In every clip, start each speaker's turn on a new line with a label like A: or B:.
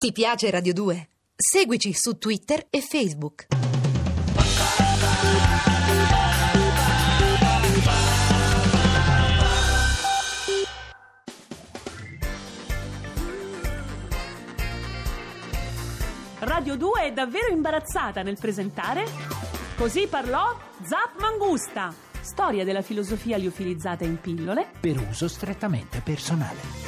A: Ti piace Radio 2? Seguici su Twitter e Facebook.
B: Radio 2 è davvero imbarazzata nel presentare Così parlò Zap Mangusta, storia della filosofia liofilizzata in pillole
C: per uso strettamente personale.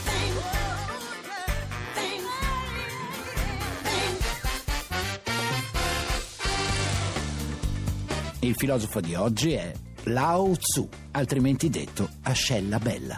C: Il filosofo di oggi è Lao Tzu, altrimenti detto Ascella Bella.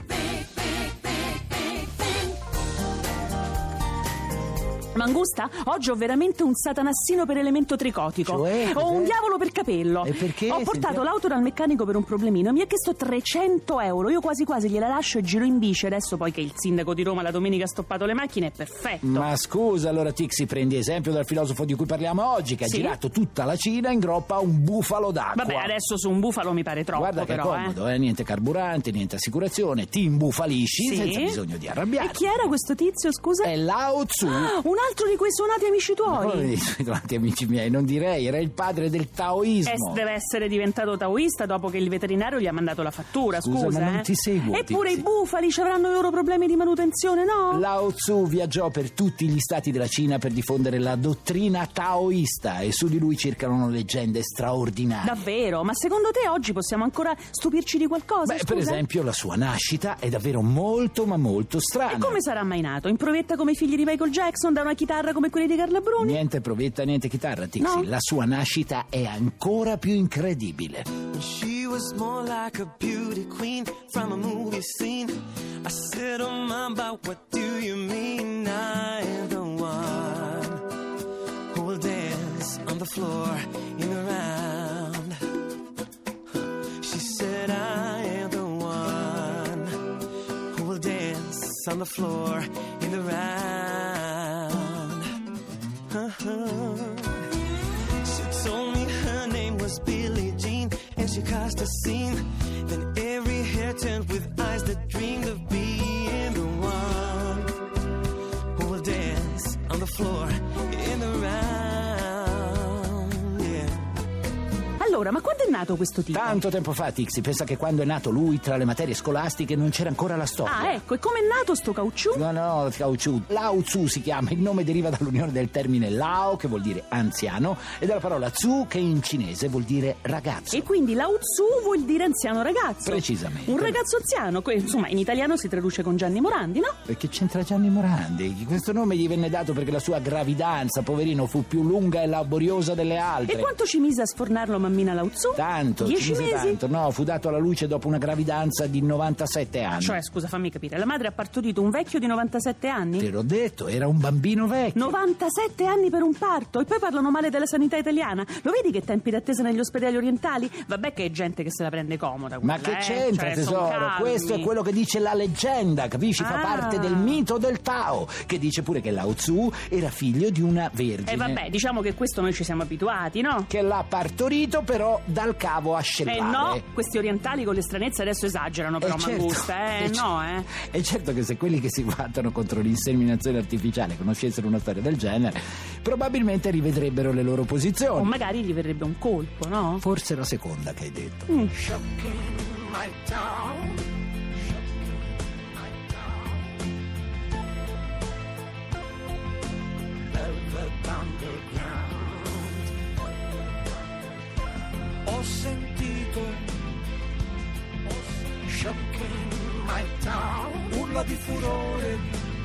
B: Mangusta, oggi ho veramente un satanassino per elemento tricotico.
C: Cioè?
B: Ho un diavolo per capello.
C: E perché?
B: Ho portato l'auto dal meccanico per un problemino. Mi ha chiesto 300 euro. Io quasi quasi gliela lascio e giro in bici. Adesso poi che il sindaco di Roma la domenica ha stoppato le macchine, è perfetto.
C: Ma scusa, allora Tixi, prendi esempio dal filosofo di cui parliamo oggi, che ha girato tutta la Cina in groppa a un bufalo d'acqua.
B: Vabbè, adesso su un bufalo mi pare troppo.
C: Guarda che
B: però,
C: è comodo, niente carburante, niente assicurazione, ti imbufalisci senza bisogno di arrabbiarti.
B: E chi era questo tizio, scusa?
C: È Lao Tzu.
B: Un altro di quei suonati amici tuoi.
C: Come i suonati amici miei, non direi, era il padre del taoismo.
B: Deve essere diventato taoista dopo che il veterinario gli ha mandato la fattura, scusa.
C: Ma non ti seguo.
B: Eppure i bufali ci avranno i loro problemi di manutenzione, no?
C: Lao Tzu viaggiò per tutti gli stati della Cina per diffondere la dottrina taoista e su di lui circolano leggende straordinarie.
B: Davvero? Ma secondo te oggi possiamo ancora stupirci di qualcosa?
C: Beh,
B: scusa?
C: per esempio la sua nascita è davvero molto ma molto strana.
B: E come sarà mai nato? In provetta come i figli di Michael Jackson, da una chitarra come quella di Carla Bruni?
C: Niente provetta, niente chitarra, Tixi.
B: No.
C: La sua nascita è ancora più incredibile.
D: She was more like a beauty queen from a movie scene. I said, oh mama, what do you mean? I am the one who will dance on the floor in a round. She said, I am the one who will dance on the floor in a round. She told me her name was Billie Jean, and she caused a scene. Then every hair turned with eyes that dreamed of being the one who will dance on the floor in the round. Yeah.
B: Allora, ma quando è nato questo tipo?
C: Tanto tempo fa, Tixi. Pensa che quando è nato lui, tra le materie scolastiche non c'era ancora la storia.
B: Ah, ecco, e come è nato sto caucciù?
C: No, caucciù. Lao Tzu si chiama, il nome deriva dall'unione del termine Lao, che vuol dire anziano, e dalla parola Tzu, che in cinese vuol dire ragazzo.
B: E quindi Lao Tzu vuol dire anziano ragazzo.
C: Precisamente.
B: Un ragazzo anziano, insomma, in italiano si traduce con Gianni Morandi, no?
C: E che c'entra Gianni Morandi? Questo nome gli venne dato perché la sua gravidanza, poverino, fu più lunga e laboriosa delle altre.
B: E quanto ci mise a sfornarlo mammina Lao Tzu?
C: Tanto,
B: 10
C: ci mise
B: mesi?
C: tanto. No, fu dato alla luce dopo una gravidanza di 97 anni.
B: Cioè, scusa, fammi capire, la madre ha partorito un vecchio di 97 anni?
C: Te l'ho detto, era un bambino vecchio.
B: 97 anni per un parto, e poi parlano male della sanità italiana. Lo vedi che tempi d'attesa negli ospedali orientali? Vabbè che è gente che se la prende comoda.
C: Ma
B: quella,
C: che c'entra,
B: cioè, son
C: tesoro?
B: calmi.
C: Questo è quello che dice la leggenda, capisci? Fa parte del mito del Tao, che dice pure che Lao Tzu era figlio di una vergine.
B: E vabbè, diciamo che questo noi ci siamo abituati, no?
C: Che l'ha partorito però dal cavo ascellare.
B: No, questi orientali con le stranezze adesso esagerano però, Mangusta,
C: E certo che se quelli che si battono contro l'inseminazione artificiale conoscessero una storia del genere, probabilmente rivedrebbero le loro posizioni.
B: O magari gli verrebbe un colpo, no?
C: Forse la seconda che hai detto.
D: Ho sentito shocking my town, urla di furore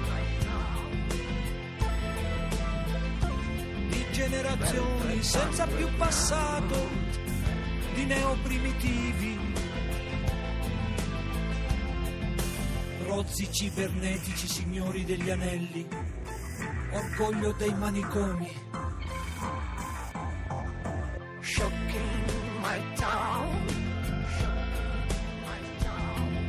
D: di generazioni senza più passato, di neoprimitivi, rozzi cibernetici, signori degli anelli, orgoglio dei manicomi. Shocking my town, my town,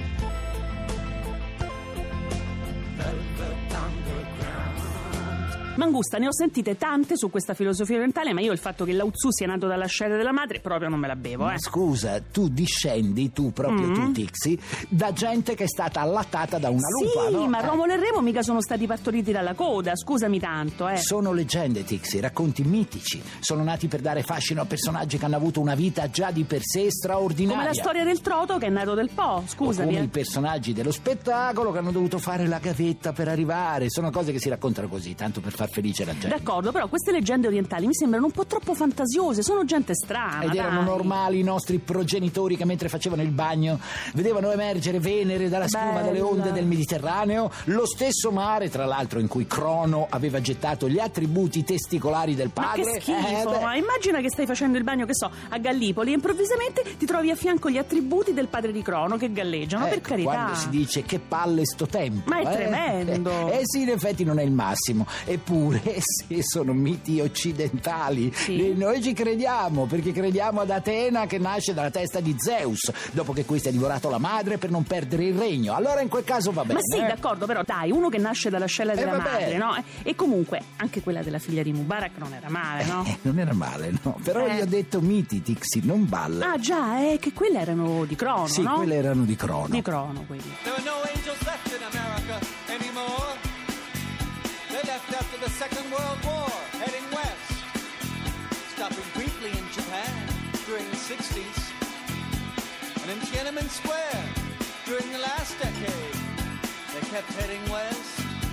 D: velvet underground.
B: Mangusta, ne ho sentite tante su questa filosofia orientale, ma io il fatto che Lao Tzu sia nato dall'ascella della madre proprio non me la bevo,
C: Ma scusa, tu discendi, tu Tixi, da gente che è stata allattata da una lupa,
B: sì,
C: no?
B: ma Romolo e Remo mica sono stati partoriti dalla coda, scusami tanto,
C: Sono leggende, Tixi, racconti mitici. Sono nati per dare fascino a personaggi che hanno avuto una vita già di per sé straordinaria.
B: Come la storia del Troto che è nato del Po, scusami.
C: O come i personaggi dello spettacolo che hanno dovuto fare la gavetta per arrivare. Sono cose che si raccontano così, tanto per far felice la gente.
B: D'accordo, però queste leggende orientali mi sembrano un po' troppo fantasiose, sono gente strana.
C: Ed erano normali i nostri progenitori che mentre facevano il bagno vedevano emergere Venere dalla schiuma delle onde del Mediterraneo, lo stesso mare tra l'altro in cui Crono aveva gettato gli attributi testicolari del padre.
B: Ma che schifo, ma immagina che stai facendo il bagno, che so, a Gallipoli e improvvisamente ti trovi a fianco gli attributi del padre di Crono che galleggiano, per carità.
C: Quando si dice che palle sto tempo.
B: Ma è tremendo.
C: Sì, in effetti non è il massimo. Eppure, sì, sono miti occidentali.
B: Sì.
C: E noi ci crediamo, perché crediamo ad Atena che nasce dalla testa di Zeus, dopo che questi ha divorato la madre per non perdere il regno. Allora in quel caso va bene.
B: Ma sì, d'accordo, però dai, uno che nasce dall'ascella della madre, no? E comunque anche quella della figlia di Mubarak non era male, no?
C: Non era male, no? Però gli ho detto miti, Tixi, non balla.
B: Ah già, che quelle erano di Crono,
C: sì,
B: no?
C: Quelle erano di Crono.
B: Di Crono, quelli.
D: There are no angels left in America anymore. They left after the Second World War, heading west, stopping briefly in Japan during the 60s, and in Tiananmen Square during the last decade. They kept heading west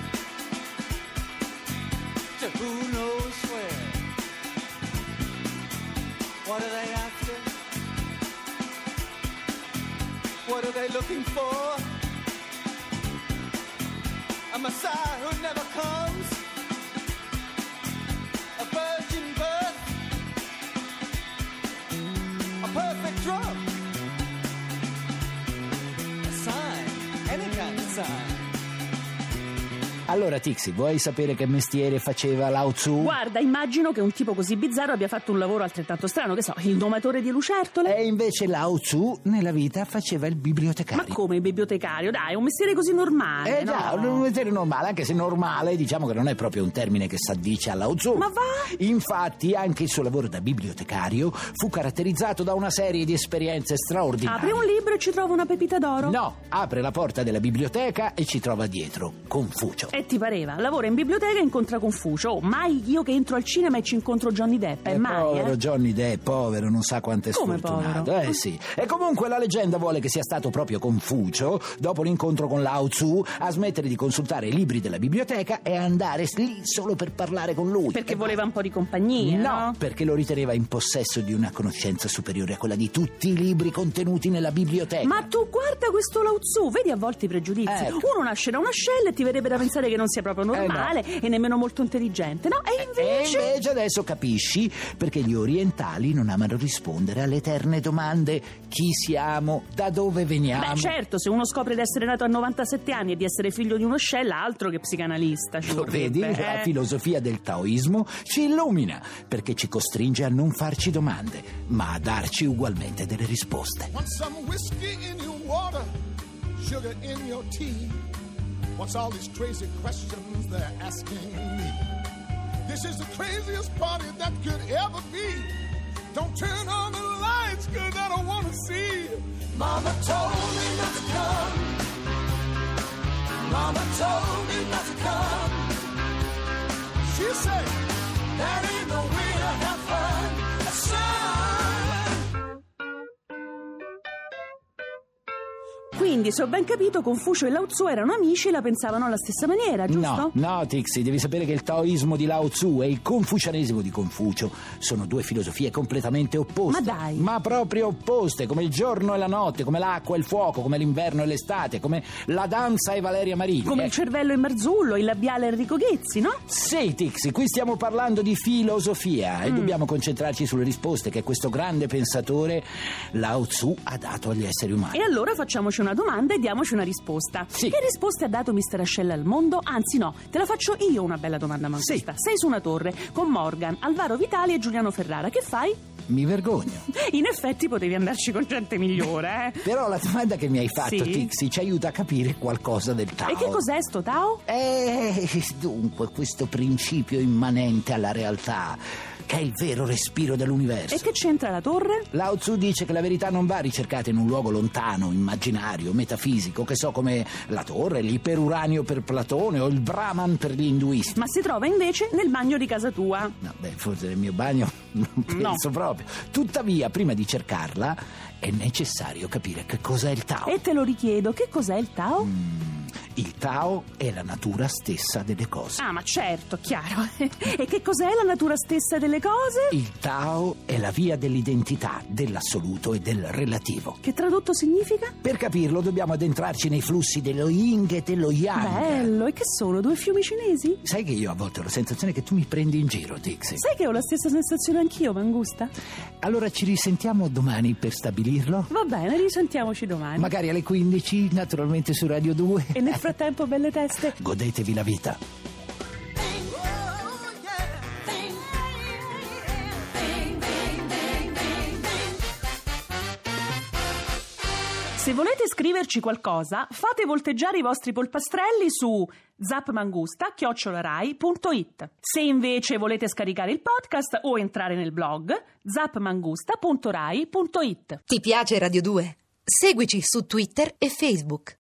D: to who knows where. What are they after? What are they looking for? A Messiah who never comes? A virgin birth? A perfect drug? A sign? Any kind of sign?
C: Allora, Tixi, vuoi sapere che mestiere faceva Lao Tzu?
B: Guarda, immagino che un tipo così bizzarro abbia fatto un lavoro altrettanto strano, che so, il domatore di lucertole?
C: E invece Lao Tzu nella vita faceva il bibliotecario.
B: Ma come il bibliotecario? Dai, un mestiere così normale,
C: Già,
B: no?
C: un mestiere normale, anche se normale diciamo che non è proprio un termine che s'addice a Lao Tzu.
B: Ma va?
C: Infatti anche il suo lavoro da bibliotecario fu caratterizzato da una serie di esperienze straordinarie.
B: Apre un libro e ci trova una pepita d'oro?
C: No, apre la porta della biblioteca e ci trova dietro Confucio.
B: E ti pareva? Lavora in biblioteca e incontra Confucio. Oh, mai io che entro al cinema e ci incontro Johnny Depp, mai,
C: Povero Johnny Depp, povero, non sa quanto è
B: Come
C: sfortunato.
B: povero?
C: Sì. E comunque la leggenda vuole che sia stato proprio Confucio, dopo l'incontro con Lao Tzu, a smettere di consultare i libri della biblioteca e andare lì solo per parlare con lui.
B: Perché voleva un po' di compagnia, no?
C: Perché lo riteneva in possesso di una conoscenza superiore a quella di tutti i libri contenuti nella biblioteca.
B: Ma tu guarda questo Lao Tzu, vedi a volte i pregiudizi.
C: Ecco.
B: Uno nasce da un'ascella e ti verrebbe da pensare che non sia proprio normale e nemmeno molto intelligente, no? E invece
C: adesso capisci perché gli orientali non amano rispondere alle eterne domande: chi siamo, da dove veniamo.
B: Beh, certo, se uno scopre di essere nato a 97 anni e di essere figlio di uno scella, altro che psicanalista.
C: Lo vedi? La filosofia del taoismo ci illumina perché ci costringe a non farci domande, ma a darci ugualmente delle risposte.
E: Want some whiskey in your water, sugar in your tea. What's all these crazy questions they're asking me? This is the craziest party that could ever be. Don't turn on the lights, 'cause I don't wanna see. Mama told me not to come. Mama told me not to come. She said, that ain't no way to have fun, son.
B: Quindi, se ho ben capito, Confucio e Lao Tzu erano amici e la pensavano alla stessa maniera, giusto?
C: No, Tixi, devi sapere che il taoismo di Lao Tzu e il confucianesimo di Confucio sono due filosofie completamente opposte.
B: Ma dai!
C: Ma proprio opposte, come il giorno e la notte, come l'acqua e il fuoco, come l'inverno e l'estate, come la danza e Valeria Marini.
B: Come il cervello e Marzullo, il labiale Enrico Ghezzi, no?
C: Sì, Tixi, qui stiamo parlando di filosofia e dobbiamo concentrarci sulle risposte che questo grande pensatore Lao Tzu ha dato agli esseri umani.
B: E allora facciamoci una domanda e diamoci una risposta.
C: Sì.
B: Che risposte ha dato Mister Ascella al mondo? Anzi no, te la faccio io una bella domanda, Mangusta.
C: Sì.
B: Sei su una torre con Morgan, Alvaro Vitali e Giuliano Ferrara. Che fai?
C: mi vergogno.
B: In effetti potevi andarci con gente migliore, eh?
C: Però la domanda che mi hai fatto,
B: Sì?
C: Tixi, ci aiuta a capire qualcosa del Tao.
B: E che cos'è sto Tao?
C: Dunque, questo principio immanente alla realtà, che è il vero respiro dell'universo.
B: E che c'entra la torre?
C: Lao Tzu dice che la verità non va ricercata in un luogo lontano, immaginario, metafisico, che so, come la torre, l'iperuranio per Platone o il Brahman per gli induisti.
B: Ma si trova invece nel bagno di casa tua.
C: No, forse nel mio bagno non penso proprio. Tuttavia, prima di cercarla, è necessario capire che cos'è il Tao.
B: E te lo richiedo, che cos'è il Tao?
C: Il Tao è la natura stessa delle cose.
B: Ah, ma certo, chiaro. E che cos'è la natura stessa delle cose?
C: Il Tao è la via dell'identità, dell'assoluto e del relativo.
B: Che tradotto significa?
C: Per capirlo dobbiamo addentrarci nei flussi dello Yin e dello Yang.
B: Bello, e che sono, 2 fiumi cinesi?
C: Sai che io a volte ho la sensazione che tu mi prendi in giro, Dixie.
B: Sai che ho la stessa sensazione anch'io, Mangusta?
C: Allora ci risentiamo domani per stabilirlo?
B: Va bene, risentiamoci domani.
C: Magari alle 15, naturalmente su Radio 2.
B: E nel frattempo, belle teste.
C: Godetevi la vita.
B: Se volete scriverci qualcosa, fate volteggiare i vostri polpastrelli su zapmangusta@rai.it. Se invece volete scaricare il podcast o entrare nel blog, zapmangusta.rai.it.
A: Ti piace Radio 2? Seguici su Twitter e Facebook.